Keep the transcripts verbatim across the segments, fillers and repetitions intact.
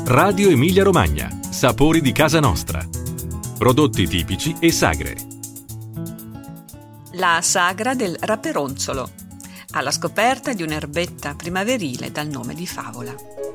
Radio Emilia Romagna. Sapori di casa nostra. Prodotti tipici e sagre. La sagra del raperonzolo, alla scoperta di un'erbetta primaverile dal nome di favola.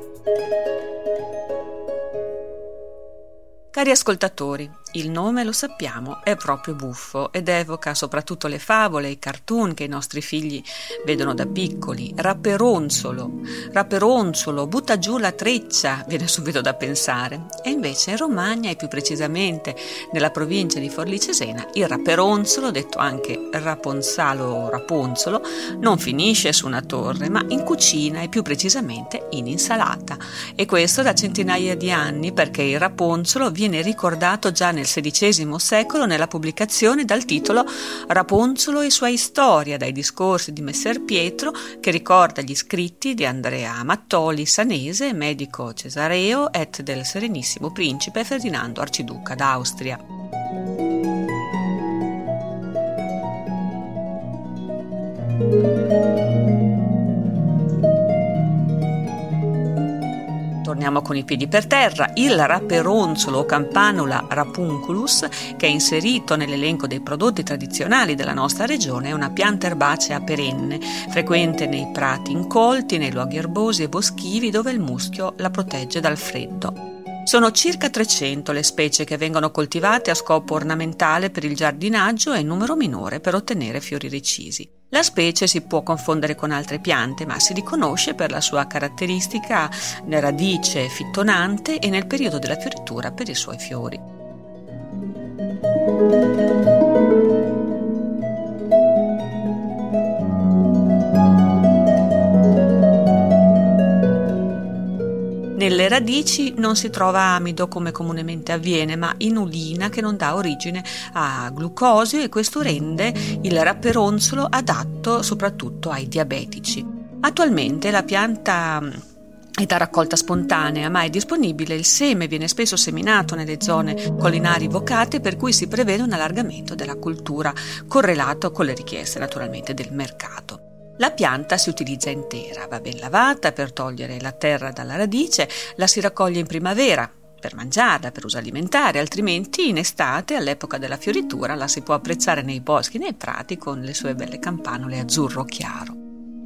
Cari ascoltatori, il nome lo sappiamo, è proprio buffo ed evoca soprattutto le favole e i cartoon che i nostri figli vedono da piccoli. Raperonzolo, raperonzolo, butta giù la treccia, viene subito da pensare. E invece in Romagna e più precisamente nella provincia di Forlì Cesena, il raperonzolo, detto anche raponsalo o raponzolo, non finisce su una torre, ma in cucina e più precisamente in insalata. E questo da centinaia di anni, perché il raponzolo viene ricordato già nel sedicesimo secolo nella pubblicazione dal titolo Raponzolo e sua storia, dai discorsi di Messer Pietro, che ricorda gli scritti di Andrea Mattoli Sanese, medico cesareo et del Serenissimo Principe Ferdinando Arciduca d'Austria. Torniamo con i piedi per terra. Il raperonzolo o Campanula rapunculus, che è inserito nell'elenco dei prodotti tradizionali della nostra regione, è una pianta erbacea perenne, frequente nei prati incolti, nei luoghi erbosi e boschivi dove il muschio la protegge dal freddo. Sono circa trecento le specie che vengono coltivate a scopo ornamentale per il giardinaggio e in numero minore per ottenere fiori recisi. La specie si può confondere con altre piante, ma si riconosce per la sua caratteristica radice fittonante e nel periodo della fioritura per i suoi fiori. Nelle radici non si trova amido come comunemente avviene, ma inulina che non dà origine a glucosio, e questo rende il raperonzolo adatto soprattutto ai diabetici. Attualmente la pianta è da raccolta spontanea, ma è disponibile il seme, viene spesso seminato nelle zone collinari vocate, per cui si prevede un allargamento della cultura correlato con le richieste naturalmente del mercato. La pianta si utilizza intera, va ben lavata per togliere la terra dalla radice, la si raccoglie in primavera per mangiarla, per uso alimentare, altrimenti in estate, all'epoca della fioritura, la si può apprezzare nei boschi, nei prati con le sue belle campanule azzurro chiaro.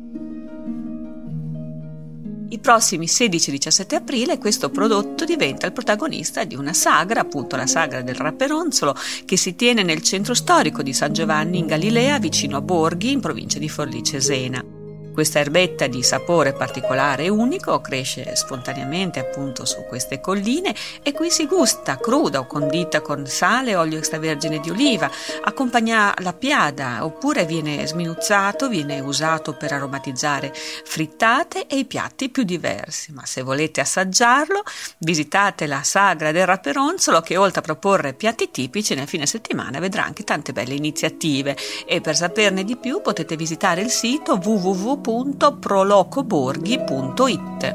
I prossimi sedici diciassette aprile questo prodotto diventa il protagonista di una sagra, appunto la sagra del raperonzolo, che si tiene nel centro storico di San Giovanni in Galilea, vicino a Borghi, in provincia di Forlì Cesena. Questa erbetta di sapore particolare e unico cresce spontaneamente appunto su queste colline e qui si gusta cruda o condita con sale e olio extravergine di oliva, accompagna la piada, oppure viene sminuzzato, viene usato per aromatizzare frittate e i piatti più diversi. Ma se volete assaggiarlo, visitate la sagra del raperonzolo, che oltre a proporre piatti tipici nel fine settimana vedrà anche tante belle iniziative, e per saperne di più potete visitare il sito w w w punto prolocoborghi punto it.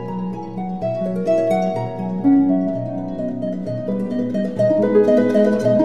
Thank you.